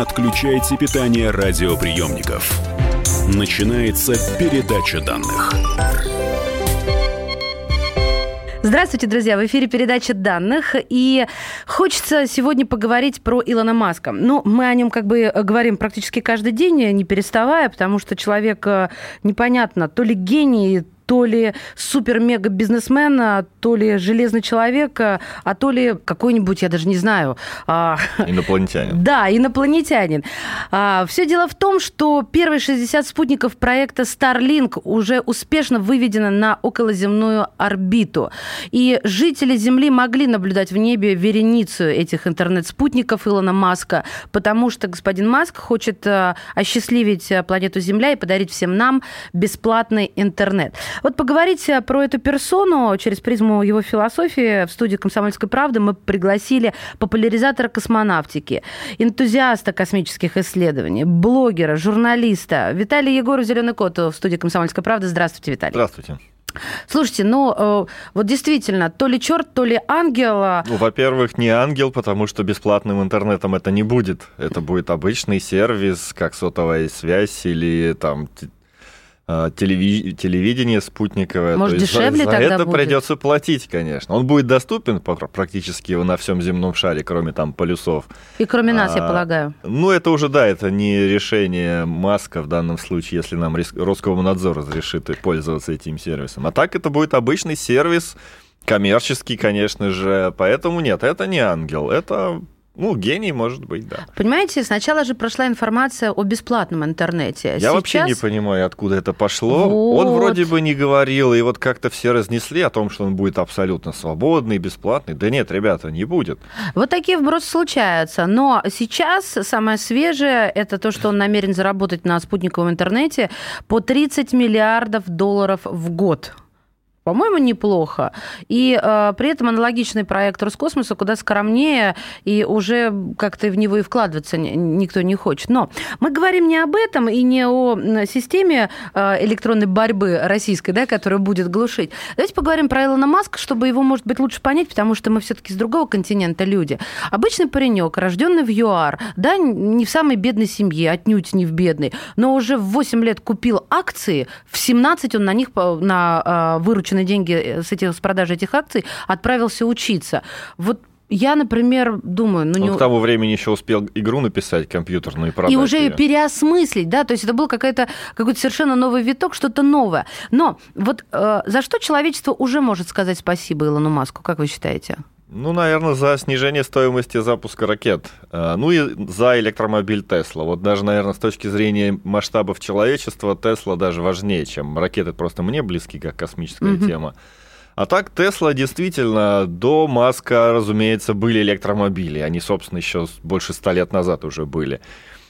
отключайте питание радиоприемников. Начинается передача данных. Здравствуйте, друзья! В эфире передача данных. И хочется сегодня поговорить про Илона Маска. Ну, мы о нем говорим практически каждый день, не переставая, потому что человек, непонятно, то ли гений, то ли супер-мега-бизнесмен, то ли железный человек, а то ли какой-нибудь, я даже не знаю... Инопланетянин. Да, инопланетянин. Все дело в том, что первые 60 спутников проекта Starlink уже успешно выведены на околоземную орбиту. И жители Земли могли наблюдать в небе вереницу этих интернет-спутников Илона Маска, потому что господин Маск хочет осчастливить планету Земля и подарить всем нам бесплатный интернет. Вот поговорить про эту персону через призму его философии в студии «Комсомольской правды» мы пригласили популяризатора космонавтики, энтузиаста космических исследований, блогера, журналиста Виталий Егоров, «Зеленый кот» в студии «Комсомольской правды». Здравствуйте, Виталий. Здравствуйте. Слушайте, вот действительно, то ли черт, то ли ангел. Ну, во-первых, не ангел, потому что бесплатным интернетом это не будет. Это будет обычный сервис, как сотовая связь или там... телевидение спутниковое. Может, то есть дешевле за тогда это будет? Придется платить, конечно. Он будет доступен практически на всем земном шаре, кроме там полюсов. И кроме нас, я полагаю. Ну, это уже, да, это не решение Маска в данном случае, если нам Роскомнадзор разрешит пользоваться этим сервисом. А так это будет обычный сервис, коммерческий, конечно же. Поэтому нет, это не ангел, это... Ну, гений, может быть, да. Понимаете, сначала же прошла информация о бесплатном интернете. Я вообще не понимаю, откуда это пошло. Вот. Он вроде бы не говорил, и вот как-то все разнесли о том, что он будет абсолютно свободный, бесплатный. Да нет, ребята, не будет. Вот такие вбросы случаются. Но сейчас самое свежее – это то, что он намерен заработать на спутниковом интернете по $30 миллиардов в год. По-моему, неплохо. И при этом аналогичный проект Роскосмоса куда скромнее, и уже как-то в него и вкладываться никто не хочет. Но мы говорим не об этом и не о системе электронной борьбы российской, да, которая будет глушить. Давайте поговорим про Илона Маска, чтобы его, может быть, лучше понять, потому что мы все-таки с другого континента люди. Обычный паренек, рожденный в ЮАР, да, не в самой бедной семье, отнюдь не в бедной, но уже в 8 лет купил акции, в 17 он на них на вырученные деньги с продажи этих акций отправился учиться. Вот я, например, думаю... Он к тому времени еще успел игру написать компьютерную и продать. И уже ее переосмыслить, да, то есть это был какой-то совершенно новый виток, что-то новое. Но вот за что человечество уже может сказать спасибо Илону Маску, как вы считаете? Ну, наверное, за снижение стоимости запуска ракет. Ну и за электромобиль Тесла. Вот даже, наверное, с точки зрения масштабов человечества Тесла даже важнее, чем ракеты. Просто мне близки как космическая тема. А так, Тесла действительно до Маска, разумеется, были электромобили. Они, собственно, еще больше 100 лет назад уже были.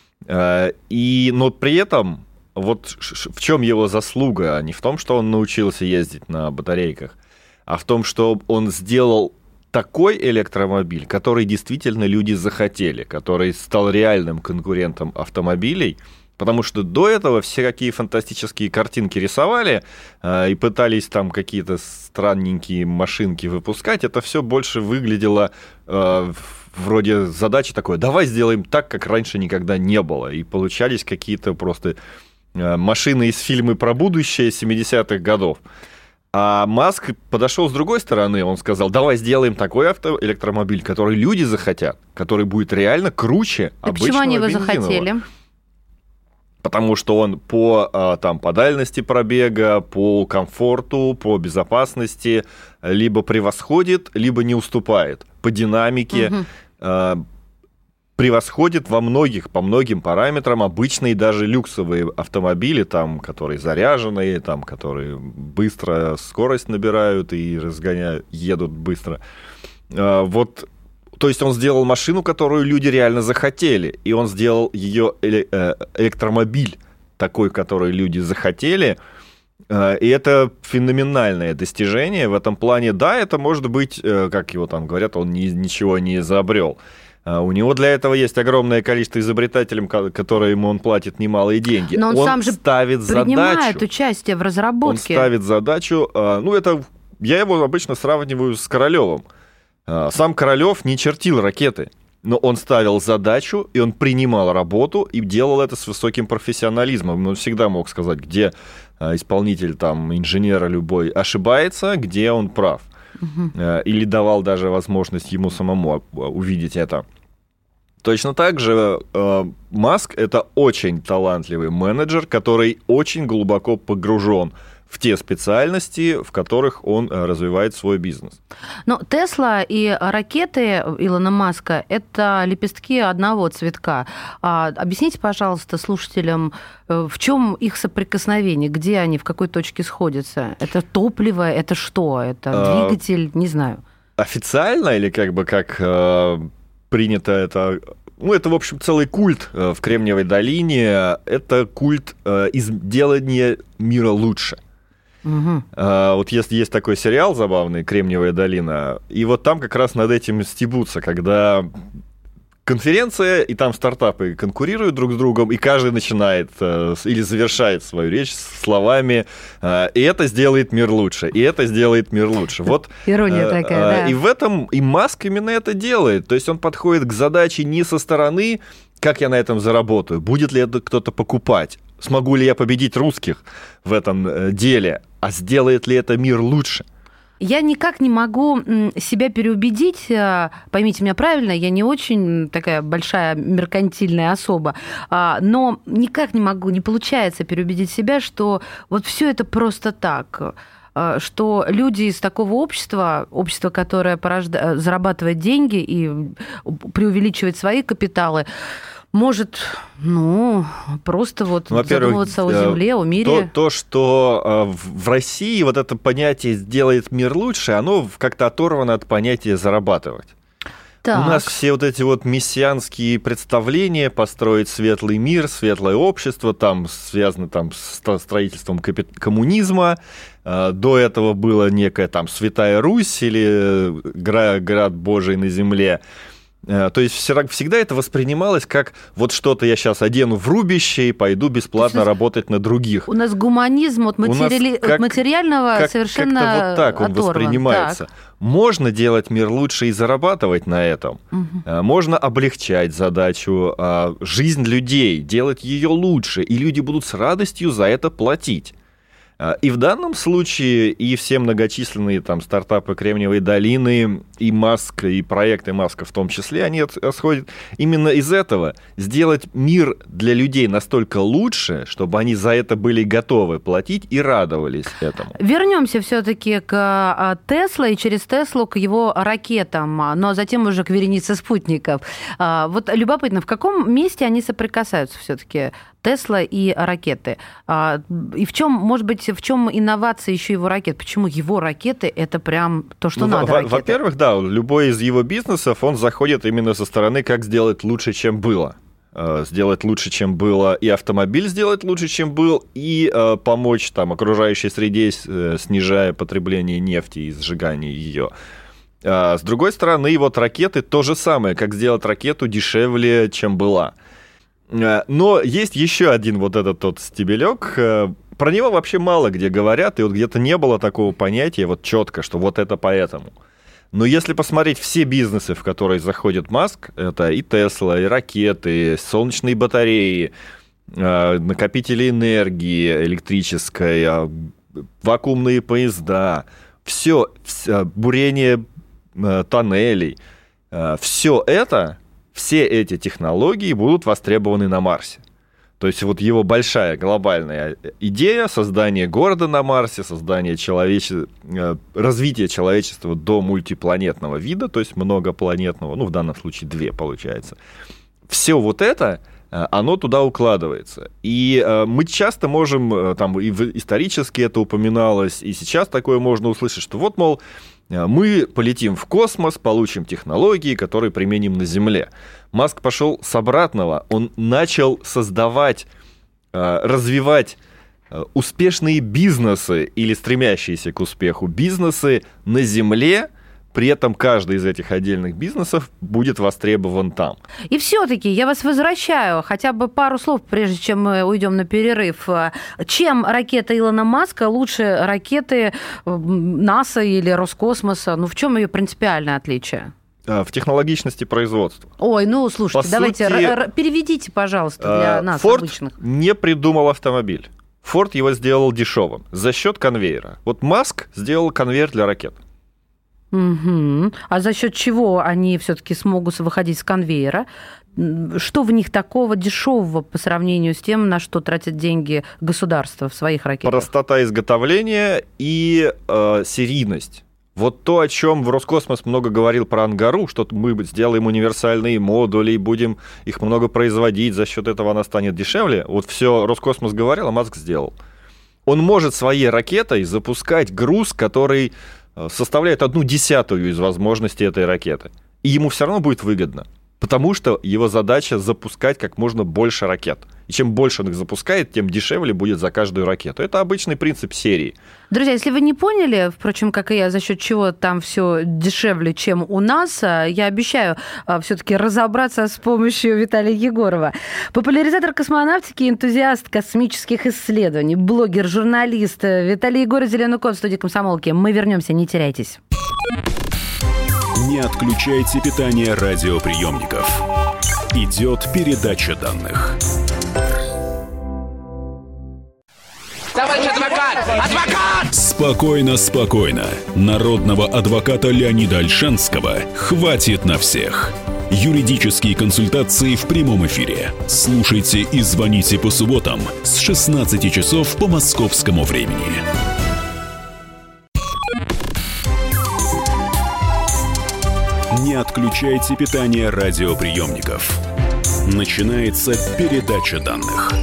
Но при этом, вот в чем его заслуга? Не в том, что он научился ездить на батарейках, а в том, что он сделал такой электромобиль, который действительно люди захотели, который стал реальным конкурентом автомобилей, потому что до этого все какие фантастические картинки рисовали и пытались там какие-то странненькие машинки выпускать, это все больше выглядело вроде задачи такой: давай сделаем так, как раньше никогда не было, и получались какие-то просто машины из фильма про будущее 70-х годов. А Маск подошел с другой стороны, он сказал: давай сделаем такой электромобиль, который люди захотят, который будет реально круче обычного бензинового. Почему они его захотели? Потому что он по дальности пробега, по комфорту, по безопасности либо превосходит, либо не уступает. По динамике превосходит по многим параметрам обычные даже люксовые автомобили, там, которые заряженные, там, которые быстро скорость набирают и едут быстро. Вот, то есть он сделал машину, которую люди реально захотели, и он сделал ее электромобиль такой, который люди захотели. И это феноменальное достижение в этом плане. Да, это может быть, как его там говорят, он ничего не изобрел. У него для этого есть огромное количество изобретателей, которым он платит немалые деньги. Но он сам же ставит принимает задачу, участие в разработке. Он ставит задачу, я его обычно сравниваю с Королёвым. Сам Королёв не чертил ракеты. Но он ставил задачу, и он принимал работу, и делал это с высоким профессионализмом. Он всегда мог сказать, где исполнитель, там, инженера любой ошибается, где он прав. Или давал даже возможность ему самому увидеть это. Точно так же Маск — это очень талантливый менеджер, который очень глубоко погружен в те специальности, в которых он развивает свой бизнес. Но Тесла и ракеты Илона Маска – это лепестки одного цветка. Объясните, пожалуйста, слушателям, в чем их соприкосновение, где они, в какой точке сходятся? Это топливо, это что? Это двигатель? Не знаю. Официально или как принято это... Ну, это, в общем, целый культ в Кремниевой долине. Это культ делания мира лучше. Вот есть такой сериал забавный «Кремниевая долина», и вот там как раз над этим стебутся, когда конференция, и там стартапы конкурируют друг с другом, и каждый начинает или завершает свою речь словами «и это сделает мир лучше», «и это сделает мир лучше». Вот, ирония такая, да. И в этом и Маск именно это делает. То есть он подходит к задаче не со стороны «как я на этом заработаю?», «будет ли это кто-то покупать?», «смогу ли я победить русских в этом деле?», а сделает ли это мир лучше? Я никак не могу себя переубедить, поймите меня правильно, я не очень такая большая меркантильная особа, но никак не получается переубедить себя, что вот все это просто так, что люди из такого общества, которое зарабатывает деньги и преувеличивает свои капиталы, может, просто задумываться о земле, о мире. То, что в России вот это понятие «сделает мир лучше», оно как-то оторвано от понятия «зарабатывать». Так. У нас все вот эти вот мессианские представления построить светлый мир, светлое общество, там связано с строительством коммунизма. До этого была некая там Святая Русь или Град Божий на земле. То есть всегда это воспринималось как вот что-то я сейчас одену в рубище и пойду бесплатно работать на других. У нас гуманизм от материального совершенно как-то вот так он оторван. воспринимается. Так. Можно делать мир лучше и зарабатывать на этом. Можно облегчать задачу, жизнь людей, делать ее лучше, и люди будут с радостью за это платить. И в данном случае и все многочисленные там стартапы Кремниевой долины, и Маск, и проекты Маска в том числе, они исходят именно из этого. Сделать мир для людей настолько лучше, чтобы они за это были готовы платить и радовались этому. Вернемся все-таки к Тесла и через Теслу к его ракетам, но затем уже к веренице спутников. Вот любопытно, в каком месте они соприкасаются все-таки? Тесла и ракеты. И в чем, может быть, в чем инновация еще его ракет? Почему его ракеты это прям то, что надо? Ракеты? Во-первых, да, любой из его бизнесов, он заходит именно со стороны, как сделать лучше, чем было. Сделать лучше, чем было, и автомобиль сделать лучше, чем был, и помочь там окружающей среде, снижая потребление нефти и сжигание ее. С другой стороны, вот ракеты то же самое, как сделать ракету дешевле, чем была. Но есть еще один вот этот тот стебелек. Про него вообще мало где говорят, и вот где-то не было такого понятия вот четко, что вот это поэтому. Но если посмотреть все бизнесы, в которые заходит Маск, это и Тесла, и ракеты, солнечные батареи, накопители энергии электрической, вакуумные поезда, все бурение тоннелей, все это... Все эти технологии будут востребованы на Марсе. То есть вот его большая глобальная идея создания города на Марсе, создания развития человечества до мультипланетного вида, то есть многопланетного, в данном случае 2 получается. Все вот это, оно туда укладывается. И мы часто можем, там и исторически это упоминалось, и сейчас такое можно услышать, что вот, мол, мы полетим в космос, получим технологии, которые применим на Земле. Маск пошел с обратного. Он начал создавать, развивать успешные бизнесы или стремящиеся к успеху бизнесы на Земле. При этом каждый из этих отдельных бизнесов будет востребован там. И все-таки я вас возвращаю хотя бы пару слов, прежде чем мы уйдем на перерыв. Чем ракета Илона Маска лучше ракеты НАСА или Роскосмоса? В чем ее принципиальное отличие? в технологичности производства. Ой, ну, слушайте, давайте переведите, пожалуйста, для нас, Ford обычных. не придумал автомобиль. Ford его сделал дешевым за счет конвейера. Вот Маск сделал конвейер для ракет. Угу. А за счет чего они все-таки смогут выходить с конвейера? Что в них такого дешевого по сравнению с тем, на что тратят деньги государство в своих ракетах? Простота изготовления и серийность. Вот то, о чем в Роскосмос много говорил про Ангару, что мы сделаем универсальные модули и будем их много производить, за счет этого она станет дешевле. Вот все Роскосмос говорил, а Маск сделал. Он может своей ракетой запускать груз, который составляет 1/10 из возможностей этой ракеты. И ему все равно будет выгодно. Потому что его задача запускать как можно больше ракет. И чем больше он их запускает, тем дешевле будет за каждую ракету. Это обычный принцип серии. Друзья, если вы не поняли, впрочем, как и я, за счет чего там все дешевле, чем у нас, я обещаю все-таки разобраться с помощью Виталия Егорова. Популяризатор космонавтики, энтузиаст космических исследований, блогер, журналист Виталий Егоров, «Зеленый кот» в студии «Комсомолки». Мы вернемся, не теряйтесь. Не отключайте питание радиоприемников. Идет передача данных. Товарищ адвокат! Адвокат! Спокойно, спокойно. Народного адвоката Леонида Ольшанского хватит на всех. Юридические консультации в прямом эфире. Слушайте и звоните по субботам с 16 часов по московскому времени. Не отключайте питание радиоприемников. Начинается передача данных.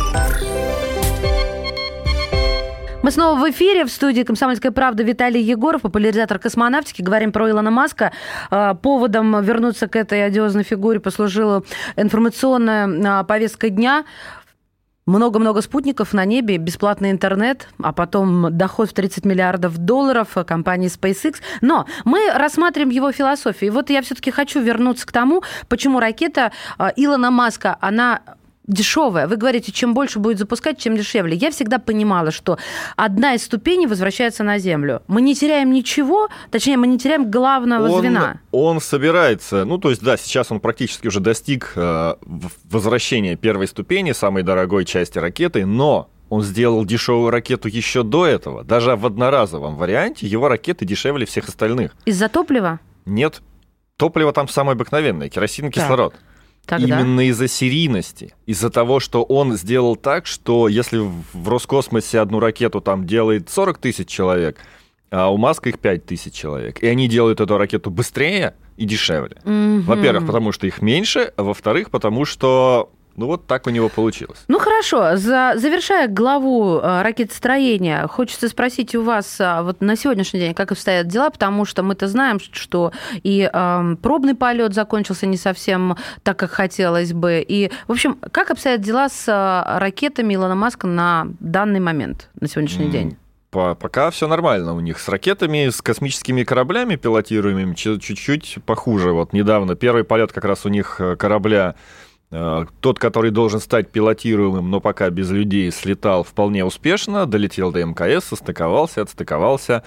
Мы снова в эфире, в студии «Комсомольская правда» Виталий Егоров, популяризатор космонавтики. Говорим про Илона Маска. Поводом вернуться к этой одиозной фигуре послужила информационная повестка дня. Много-много спутников на небе, бесплатный интернет, а потом доход в $30 миллиардов компании SpaceX. Но мы рассматриваем его философию. И вот я все-таки хочу вернуться к тому, почему ракета Илона Маска, она дешевая. Вы говорите, чем больше будет запускать, чем дешевле. Я всегда понимала, что одна из ступеней возвращается на Землю. Мы не теряем ничего, точнее, мы не теряем главного звена. Он собирается, то есть, да, сейчас он практически уже достиг возвращения первой ступени, самой дорогой части ракеты, но он сделал дешевую ракету еще до этого. Даже в одноразовом варианте его ракеты дешевле всех остальных. Из-за топлива? Нет. Топливо там самое обыкновенное, керосин и кислород. Тогда. Именно из-за серийности, из-за того, что он сделал так, что если в Роскосмосе одну ракету там делает 40 тысяч человек, а у Маска их 5 тысяч человек, и они делают эту ракету быстрее и дешевле. Во-первых, потому что их меньше, а во-вторых, потому что вот так у него получилось. Хорошо. Завершая главу ракетостроения, хочется спросить у вас вот на сегодняшний день, как обстоят дела, потому что мы-то знаем, что и пробный полет закончился не совсем так, как хотелось бы. И, в общем, как обстоят дела с ракетами Илона Маска на данный момент, на сегодняшний день? Пока все нормально у них. С ракетами, с космическими кораблями пилотируемыми чуть-чуть похуже. Вот недавно первый полет как раз у них корабля, тот, который должен стать пилотируемым, но пока без людей, слетал вполне успешно, долетел до МКС, состыковался, отстыковался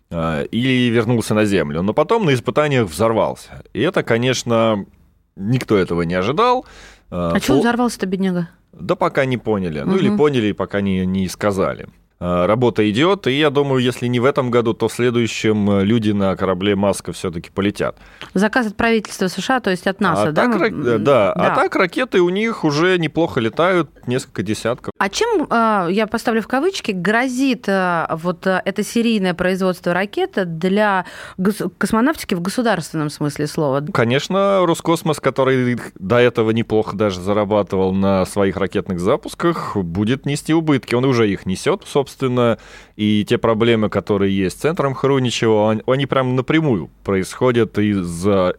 и вернулся на Землю. Но потом на испытаниях взорвался. И это, конечно, никто этого не ожидал. А чего взорвался-то, бедняга? Да пока не поняли. Или поняли, и пока не сказали. Работа идет, и я думаю, если не в этом году, то в следующем люди на корабле Маска все-таки полетят. Заказ от правительства США, то есть от НАСА, да? А так ракеты у них уже неплохо летают, несколько десятков. А чем, я поставлю в кавычки, грозит вот это серийное производство ракет для космонавтики в государственном смысле слова? Конечно, Роскосмос, который до этого неплохо даже зарабатывал на своих ракетных запусках, будет нести убытки. Он уже их несет, собственно, и те проблемы, которые есть с центром Хруничева, они прям напрямую происходят из-за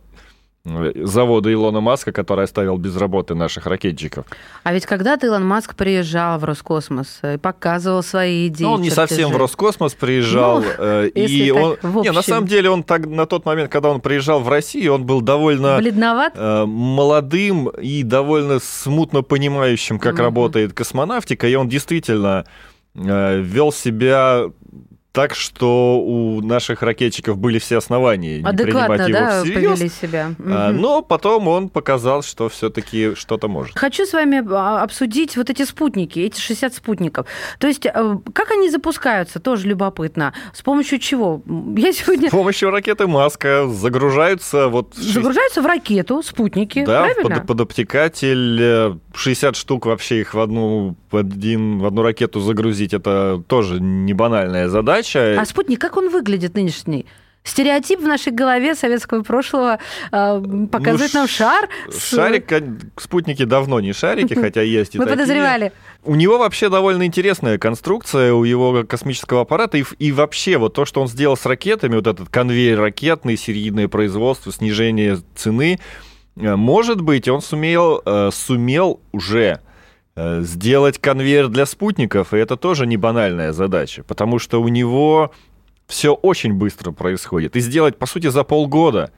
завода Илона Маска, который оставил без работы наших ракетчиков. А ведь когда-то Илон Маск приезжал в Роскосмос и показывал свои идеи. Он не совсем в Роскосмос приезжал. И он, на самом деле, он на тот момент, когда он приезжал в Россию, он был довольно бледноват, молодым и довольно смутно понимающим, как работает космонавтика, и он действительно вел себя Так что у наших ракетчиков были все основания не принимать его всерьез. Повели себя. Но потом он показал, что все-таки что-то может. Хочу с вами обсудить вот эти спутники, эти 60 спутников. То есть как они запускаются, тоже любопытно. С помощью чего? С помощью ракеты «Маска» загружаются... Загружаются в ракету спутники, да, правильно? под обтекатель. 60 штук вообще их в одну ракету загрузить, это тоже не банальная задача. А спутник, как он выглядит нынешний? Стереотип в нашей голове советского прошлого показывает нам шар. Спутники давно не шарики, хотя есть и такие. Мы подозревали. У него вообще довольно интересная конструкция, у его космического аппарата, и вообще вот то, что он сделал с ракетами, вот этот конвейер ракетный, серийное производство, снижение цены, может быть, он сумел уже сделать конвейер для спутников, и это тоже не банальная задача, потому что у него все очень быстро происходит. И сделать, по сути, за полгода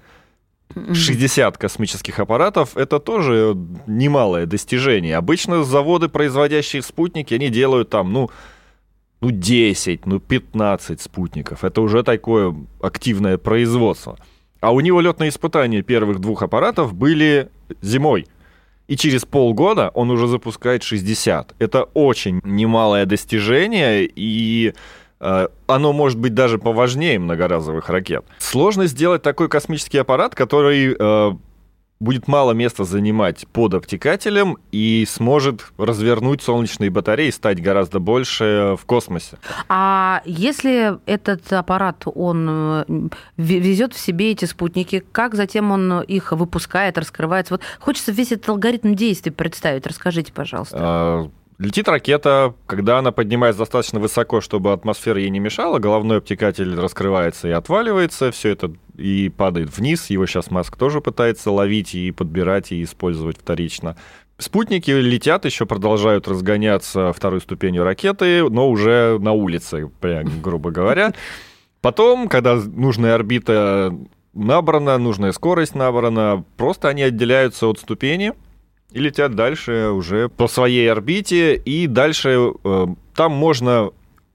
60 космических аппаратов — это тоже немалое достижение. Обычно заводы, производящие спутники, они делают там, 10, 15 спутников. Это уже такое активное производство. А у него летные испытания первых 2 аппаратов были зимой. И через полгода он уже запускает 60. Это очень немалое достижение, и оно может быть даже поважнее многоразовых ракет. Сложно сделать такой космический аппарат, который будет мало места занимать под обтекателем и сможет развернуть солнечные батареи и стать гораздо больше в космосе. А если этот аппарат, он везет в себе эти спутники, как затем он их выпускает, раскрывается? Вот хочется весь этот алгоритм действий представить. Расскажите, пожалуйста. Летит ракета, когда она поднимается достаточно высоко, чтобы атмосфера ей не мешала, головной обтекатель раскрывается и отваливается, все это и падает вниз, его сейчас Маск тоже пытается ловить и подбирать, и использовать вторично. Спутники летят, еще продолжают разгоняться второй ступенью ракеты, но уже на улице, грубо говоря. Потом, когда нужная орбита набрана, нужная скорость набрана, просто они отделяются от ступени и летят дальше уже по своей орбите, и дальше там можно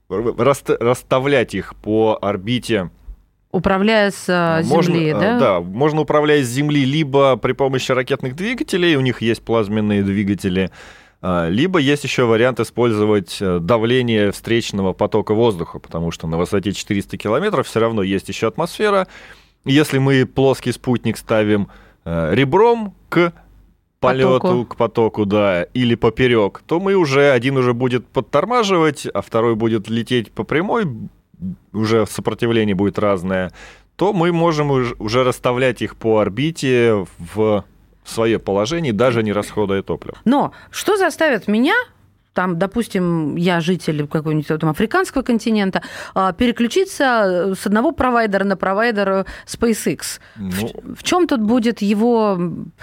расставлять их по орбите. Управляя с Земли, да? Да, можно управлять с Земли либо при помощи ракетных двигателей, у них есть плазменные двигатели, либо есть еще вариант использовать давление встречного потока воздуха, потому что на высоте 400 километров все равно есть еще атмосфера. Если мы плоский спутник ставим ребром к полету, к потоку, да, или поперек, то один уже будет подтормаживать, а второй будет лететь по прямой, уже сопротивление будет разное, то мы можем уже расставлять их по орбите в свое положение, даже не расходуя топливо. Но что заставит меня, там, допустим, я житель какого-нибудь там африканского континента, переключиться с одного провайдера на провайдер SpaceX? В чем тут будет его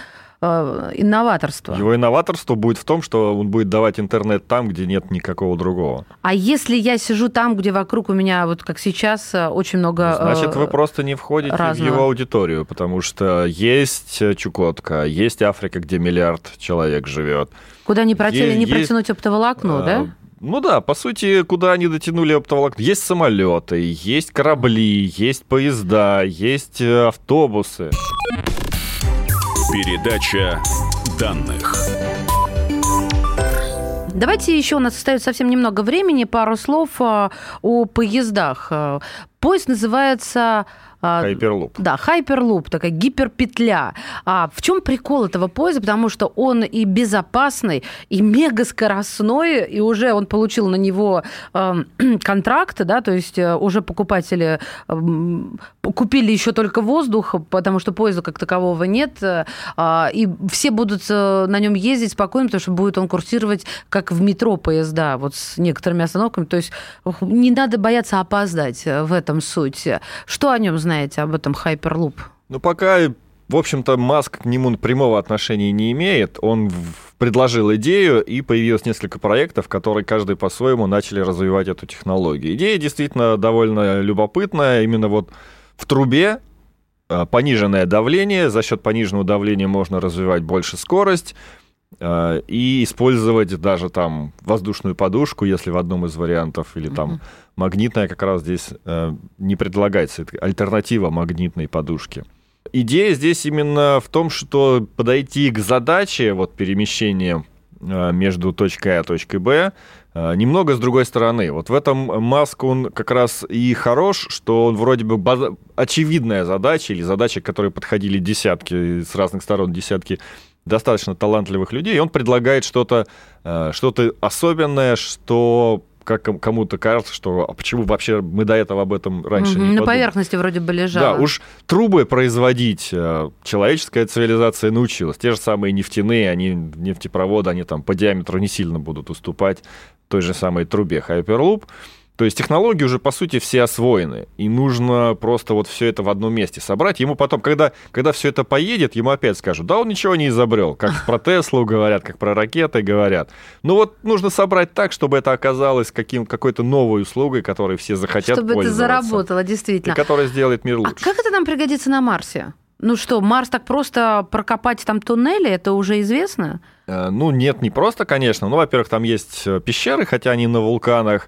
инноваторство? Его инноваторство будет в том, что он будет давать интернет там, где нет никакого другого. А если я сижу там, где вокруг у меня, вот как сейчас, очень много значит, вы просто не входите в его аудиторию, потому что есть Чукотка, есть Африка, где 1 миллиард человек живет. Куда не протянуть оптоволокно, да? Ну да, по сути, куда они дотянули оптоволокно. Есть самолеты, есть корабли, есть поезда, есть автобусы. Передача данных. Давайте еще, у нас остается совсем немного времени, пару слов о поездах. Поезд называется... Hyperloop. Да, Hyperloop, такая гиперпетля. В чем прикол этого поезда? Потому что он и безопасный, и мегаскоростной, и уже он получил на него контракт, да, то есть уже покупатели купили еще только воздух, потому что поезда как такового нет, и все будут на нем ездить спокойно, потому что будет он курсировать как в метро поезда, вот с некоторыми остановками, то есть не надо бояться опоздать, в этом суть. Что о нем знаете, об этом Hyperloop? Ну, пока, в общем-то, Маск к нему прямого отношения не имеет. Он предложил идею, и появилось несколько проектов, которые каждый по-своему начали развивать эту технологию. Идея действительно довольно любопытная. Именно вот в трубе пониженное давление. За счет пониженного давления можно развивать больше скорость. и использовать даже там воздушную подушку, если в одном из вариантов, или там магнитная как раз здесь не предлагается. Это альтернатива магнитной подушке. Идея здесь именно в том, что подойти к задаче вот, перемещения между точкой А и точкой Б немного с другой стороны. Вот в этом Маск, он как раз и хорош, что он вроде бы очевидная задача, или задача, к которой подходили десятки, с разных сторон десятки достаточно талантливых людей, и он предлагает что-то особенное, что как кому-то кажется, что почему вообще мы до этого об этом раньше не подумали. На поверхности вроде бы лежало. Да, уж трубы производить человеческая цивилизация научилась. Те же самые нефтяные, нефтепроводы, они там по диаметру не сильно будут уступать той же самой трубе Hyperloop. То есть технологии уже, по сути, все освоены. И нужно просто вот все это в одном месте собрать. Ему потом, когда все это поедет, ему опять скажут, да он ничего не изобрел. Как про Теслу говорят, как про ракеты говорят. Ну вот нужно собрать так, чтобы это оказалось какой-то новой услугой, которой все захотят чтобы пользоваться. Чтобы это заработало, действительно. И которая сделает мир лучше. А как это нам пригодится на Марсе? Ну что, Марс так просто прокопать там туннели, это уже известно? Ну нет, не просто, конечно. Ну, во-первых, там есть пещеры, хотя они на вулканах.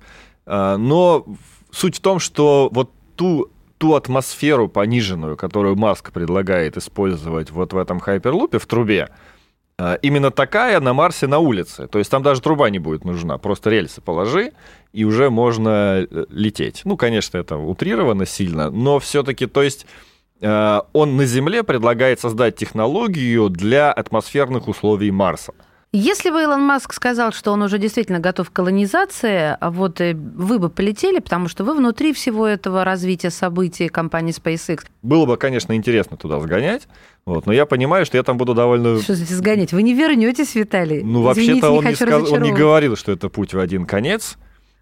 Но суть в том, что вот ту атмосферу пониженную, которую Маск предлагает использовать вот в этом Hyperloop в трубе, именно такая на Марсе на улице. То есть там даже труба не будет нужна, просто рельсы положи, и уже можно лететь. Ну, конечно, это утрировано сильно, но все-таки, то есть он на Земле предлагает создать технологию для атмосферных условий Марса. Если бы Илон Маск сказал, что он уже действительно готов к колонизации, вот вы бы полетели, потому что вы внутри всего этого развития событий компании SpaceX. Было бы, конечно, интересно туда сгонять, вот, но я понимаю, что я там буду довольно... Что значит сгонять? Вы не вернетесь, Виталий. Ну, вообще-то он не говорил, что это путь в один конец.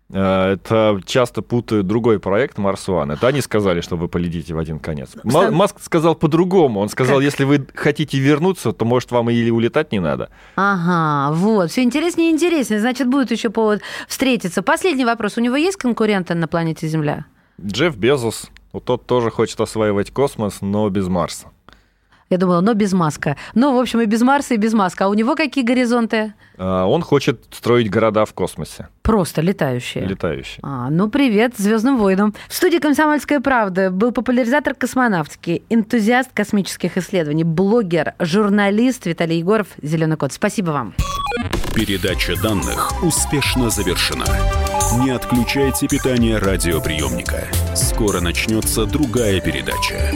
Это часто путают другой проект Mars One. Это они сказали, что вы полетите в один конец. Маск сказал по-другому. Он сказал, если вы хотите вернуться, то, может, вам или улетать не надо. Ага, вот. Все интереснее и интереснее. Значит, будет еще повод встретиться. Последний вопрос. У него есть конкуренты на планете Земля? Джефф Безос. Вот тот тоже хочет осваивать космос, но без Марса. Я думала, но без Маска. Ну, в общем, и без Марса, и без Маска. А у него какие горизонты? Он хочет строить города в космосе. Просто летающие? Летающие. Ну, привет «Звездным войнам». В студии «Комсомольская правда» был популяризатор космонавтики, энтузиаст космических исследований, блогер, журналист Виталий Егоров, «Зеленый кот». Спасибо вам. Передача данных успешно завершена. Не отключайте питание радиоприемника. Скоро начнется другая передача.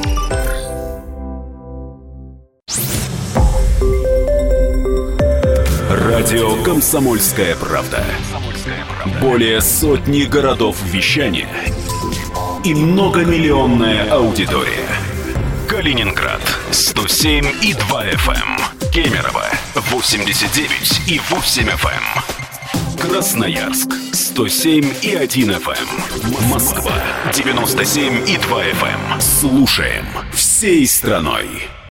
Радио «Комсомольская правда». Более сотни городов вещания и многомиллионная аудитория. Калининград 107,2 FM, Кемерово 89,8 FM, Красноярск 107,1 FM, Москва 97,2 FM. Слушаем всей страной.